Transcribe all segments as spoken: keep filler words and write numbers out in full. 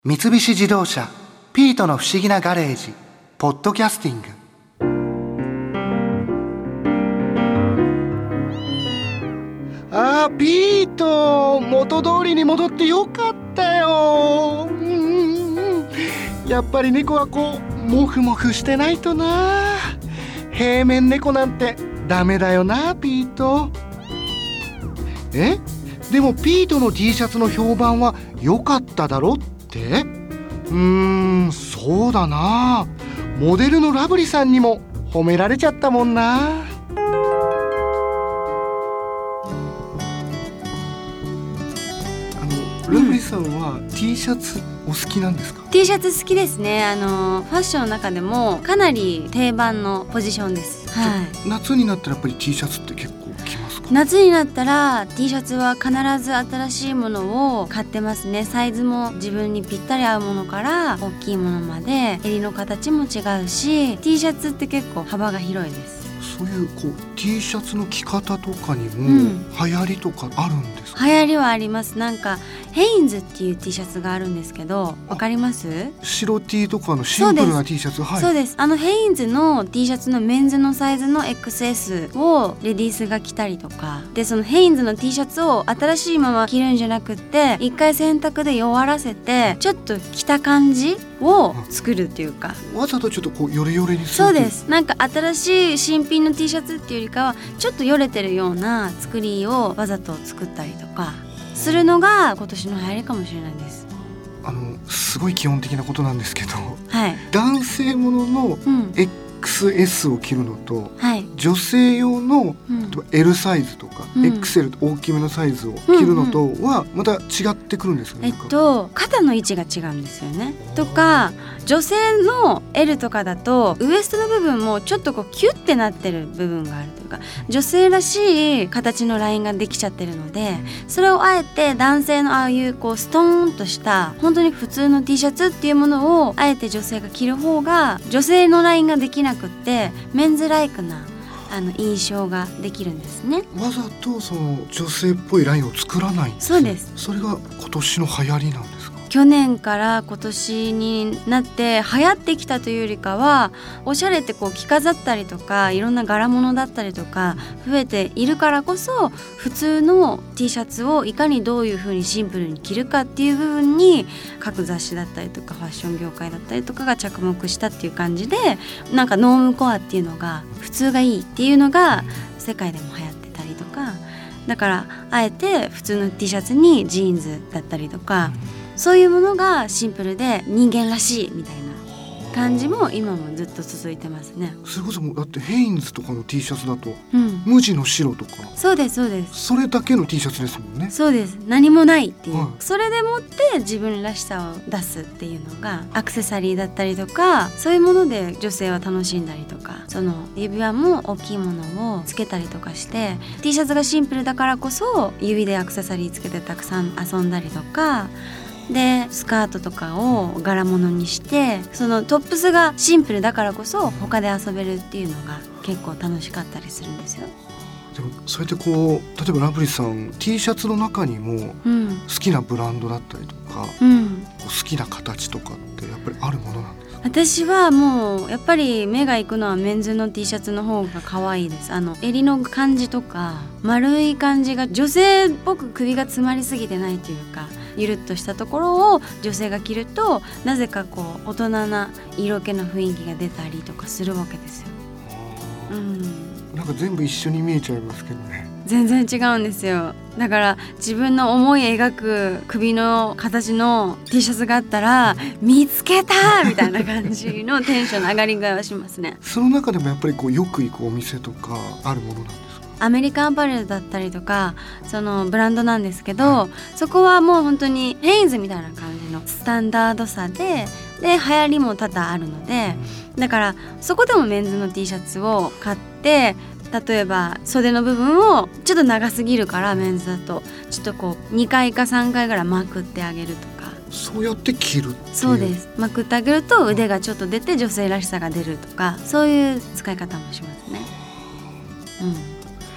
三菱自動車ピートの不思議なガレージポッドキャスティング。あーピート、元通りに戻ってよかったよ。うん、やっぱり猫はこうモフモフしてないとな。平面猫なんてダメだよなピート。えでもピートの T シャツの評判は良かっただろって。うーんそうだな。モデルのラブリさんにも褒められちゃったもんな。あのラブリさんは T シャツお好きなんですか？ T シャツ好きですね。あのファッションの中でもかなり定番のポジションです、はい、 夏になったらやっぱり T シャツって結構着ますか？ 夏になったら T シャツは必ず新しいものを買ってますね。サイズも自分にぴったり合うものから大きいものまで襟の形も違うし、 T シャツって結構幅が広いです。 そういうこう T シャツの着方とかにも流行りとかあるんですか？ 流行りはあります。なんかヘインズっていう T シャツがあるんですけど、わかります？ 白 T とかのシンプルな T シャツ。はい、 そうです。あのヘインズの T シャツのメンズのサイズの エックスエス をレディースが着たりとかで、そのヘインズの T シャツを新しいまま着るんじゃなくって一回洗濯で弱らせてちょっと着た感じを作るっていうか、 わざとちょっとこうヨレヨレにする。 そうです。なんか新しい新品の T シャツっていうよりかはちょっとよれてるような作りをわざと作ったりとかするのが今年の流行りかもしれないです。 あのすごい基本的なことなんですけど、 はい、 男性ものの エックスエス を着るのと、はい、女性用の、うん、エル サイズとか、うん、エックスエル と大きめのサイズを着るのとはまた違ってくるんですかね？ えっと肩の位置が違うんですよね。とか女性の エル とかだとウエストの部分もちょっとこうキュッてなってる部分があるというか、女性らしい形のラインができちゃってるので、それをあえて男性のああいうこうストーンとした本当に普通の T シャツっていうものをあえて女性が着る方が女性のラインができなくってメンズライクなあの印象ができるんですね。 わざとその女性っぽいラインを作らないんです。 そうです。 それが今年の流行りなんですか？ 去年から今年になって流行ってきたというよりかは、おしゃれってこう着飾ったりとかいろんな柄物だったりとか増えているからこそ、普通の T シャツをいかにどういう風にシンプルに着るかっていう部分に各雑誌だったりとかファッション業界だったりとかが着目したっていう感じで、なんかノームコアっていうのが普通がいいっていうのが世界でも流行ってたりとか、だからあえて普通の T シャツにジーンズだったりとか、そういうものがシンプルで人間らしいみたいな感じも今もずっと続いてますね。 それこそもうだってヘインズとかの T シャツだと、うん、無地の白とか。 そうですそうです。 それだけの T シャツですもんね。 そうです。何もないっていう、 はい、 それでもって自分らしさを出すっていうのがアクセサリーだったりとか、そういうもので女性は楽しんだりとか、その指輪も大きいものをつけたりとかして、 T シャツがシンプルだからこそ指でアクセサリーつけてたくさん遊んだりとかで、スカートとかを柄物にして、そのトップスがシンプルだからこそ他で遊べるっていうのが結構楽しかったりするんですよ。 でもそうやってこう例えばラブリさん T シャツの中にも好きなブランドだったりとか、うん、好きな形とかってやっぱりあるものなんですか？ 私はもうやっぱり目が行くのはメンズの T シャツの方が可愛いです。あの襟の感じとか丸い感じが女性っぽく首が詰まりすぎてないというか、ゆるっとしたところを女性が着るとなぜかこう大人な色気の雰囲気が出たりとかするわけですよ。うん、 なんか全部一緒に見えちゃいますけどね。 全然違うんですよ。だから自分の思い描く首の形の T シャツがあったら見つけたみたいな感じのテンションの上がり具合はしますね。 その中でもやっぱりこうよく行くお店とかあるものなんですか？ アメリカンアパレルだったりとかそのブランドなんですけど、はい、そこはもう本当にヘインズみたいな感じのスタンダードさでで流行りも多々あるので、だからそこでもメンズの T シャツを買って、例えば袖の部分をちょっと長すぎるからメンズだとちょっとこうにかいかさんかいぐらいまくってあげるとか、 そうやって着るっていう。 そうです。まくってあげると腕がちょっと出て女性らしさが出るとか、そういう使い方もしますね。うん、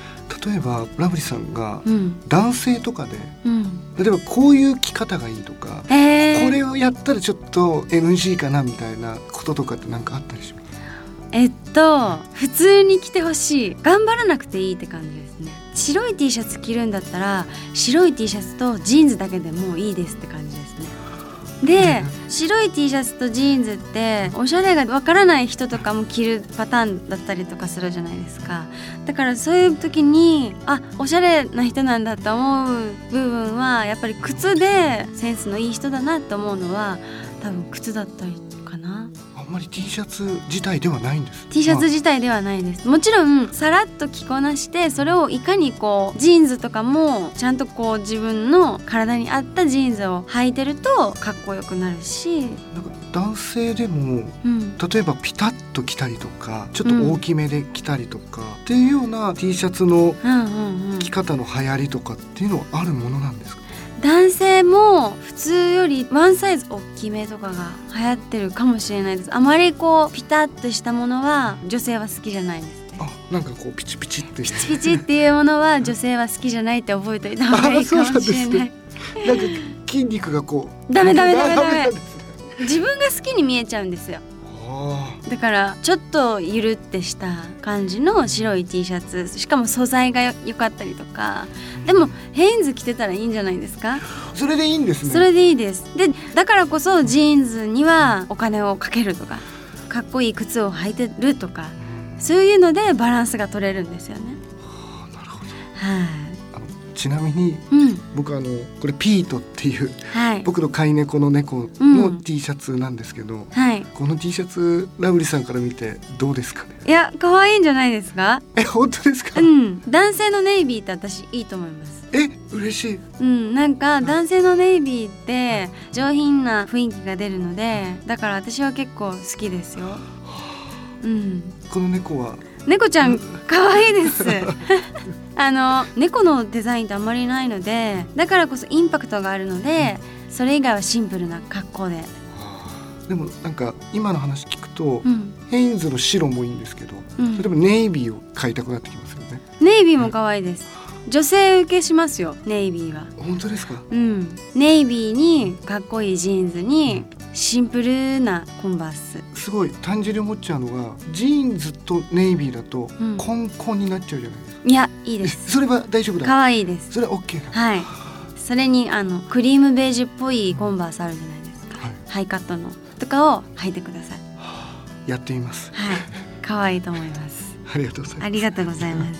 例えばラブリーさんがうん男性とかで、 うん、 例えばこういう着方がいいとか、 えー、 これをやったらちょっと エヌジー かなみたいなこととかって何かあったりします？ えっと普通に着てほしい、頑張らなくていいって感じですね。白い T シャツ着るんだったら白い T シャツとジーンズだけでもいいですって感じですね。で、白い T シャツとジーンズっておしゃれがわからない人とかも着るパターンだったりとかするじゃないですか。だからそういう時にあおしゃれな人なんだと思う部分はやっぱり靴でセンスのいい人だなと思うのは多分靴だったりかな。 あんまり T シャツ自体ではないんです。 T シャツ自体ではないです。もちろんさらっと着こなしてそれをいかにこうジーンズとかもちゃんとこう自分の体に合ったジーンズを履いてるとかっこよくなるし、 なんか男性でも、 うん、 例えばピタッと着たりとかちょっと大きめで着たりとか、うん、っていうような T シャツの着方の流行りとかっていうのはあるものなんですか？ 男性も普通よりワンサイズ大きめとかが流行ってるかもしれないです。あまりこうピタッとしたものは女性は好きじゃないですね。 あ、なんかこうピチピチってピチピチっていうものは女性は好きじゃないって覚えておいた方がいいかもしれない。 なんか筋肉がこうダメダメダメダメ自分が好きに見えちゃうんですよ。だからちょっとゆるってした感じの白い T シャツ、しかも素材が良かったりとか、でもヘインズ着てたらいいんじゃないですか？ それでいいんですね。 それでいいです。でだからこそジーンズにはお金をかけるとかかっこいい靴を履いてるとか、そういうのでバランスが取れるんですよね。 はあ、なるほど。 はい、 あのちなみに、うん、僕あのこれピートっていう、はい、僕の飼い猫の猫の T シャツなんですけど、うんはい、この T シャツラブリさんから見てどうですかね？ いや可愛いんじゃないですか？ え、本当ですか？ うん、男性のネイビーって私いいと思います。 え、嬉しい。 うん、なんか男性のネイビーって上品な雰囲気が出るので、だから私は結構好きですよ。うん、 この猫は猫ちゃん可愛いですあの猫のデザインってあんまりないので、だからこそインパクトがあるので、それ以外はシンプルな格好で。 でもなんか今の話聞くと、うん、ヘインズの白もいいんですけど、うん、例えばネイビーを買いたくなってきますよね。 ネイビーも可愛いです。女性受けしますよ、ネイビーは。 本当ですか？ うん、ネイビーにかっこいいジーンズにシンプルなコンバース。 すごい単純に思っちゃうのが、ジーンズとネイビーだとコンコンになっちゃうじゃないですか。 いや、いいです。 それは大丈夫だ。 可愛いです。 それは OK だ。 はい。それにあのクリームベージュっぽいコンバースあるじゃないですか、はい、ハイカットのとかを履いてください。 やってみます。 はい、可愛いと思います。 ありがとうございます。 ありがとうございます。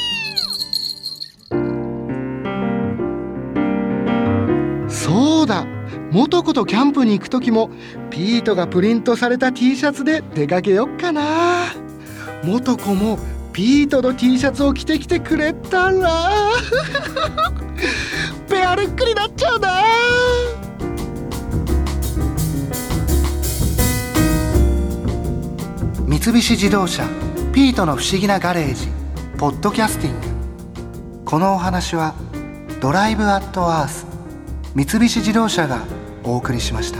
そうだ、元子とキャンプに行く時もピートがプリントされた T シャツで出かけよっかな。元子もピートの T シャツを着てきてくれたらペアルックになっちゃうな。三菱自動車ピートの不思議なガレージポッドキャスティング。このお話はドライブアットアース三菱自動車がお送りしました。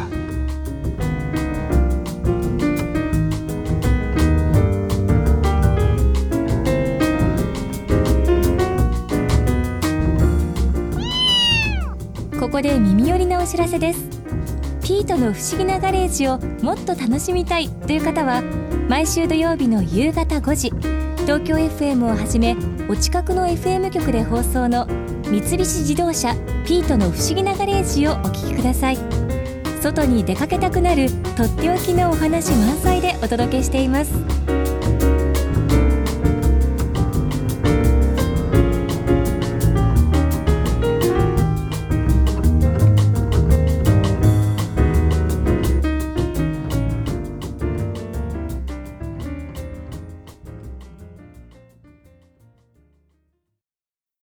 ここで耳寄りなお知らせです。ピートの不思議なガレージをもっと楽しみたいという方は、毎週土曜日の夕方ごじ、東京 エフエム をはじめお近くの エフエム 局で放送の三菱自動車ピートの不思議なガレージをお聞きください。外に出かけたくなるとっておきのお話満載でお届けしています。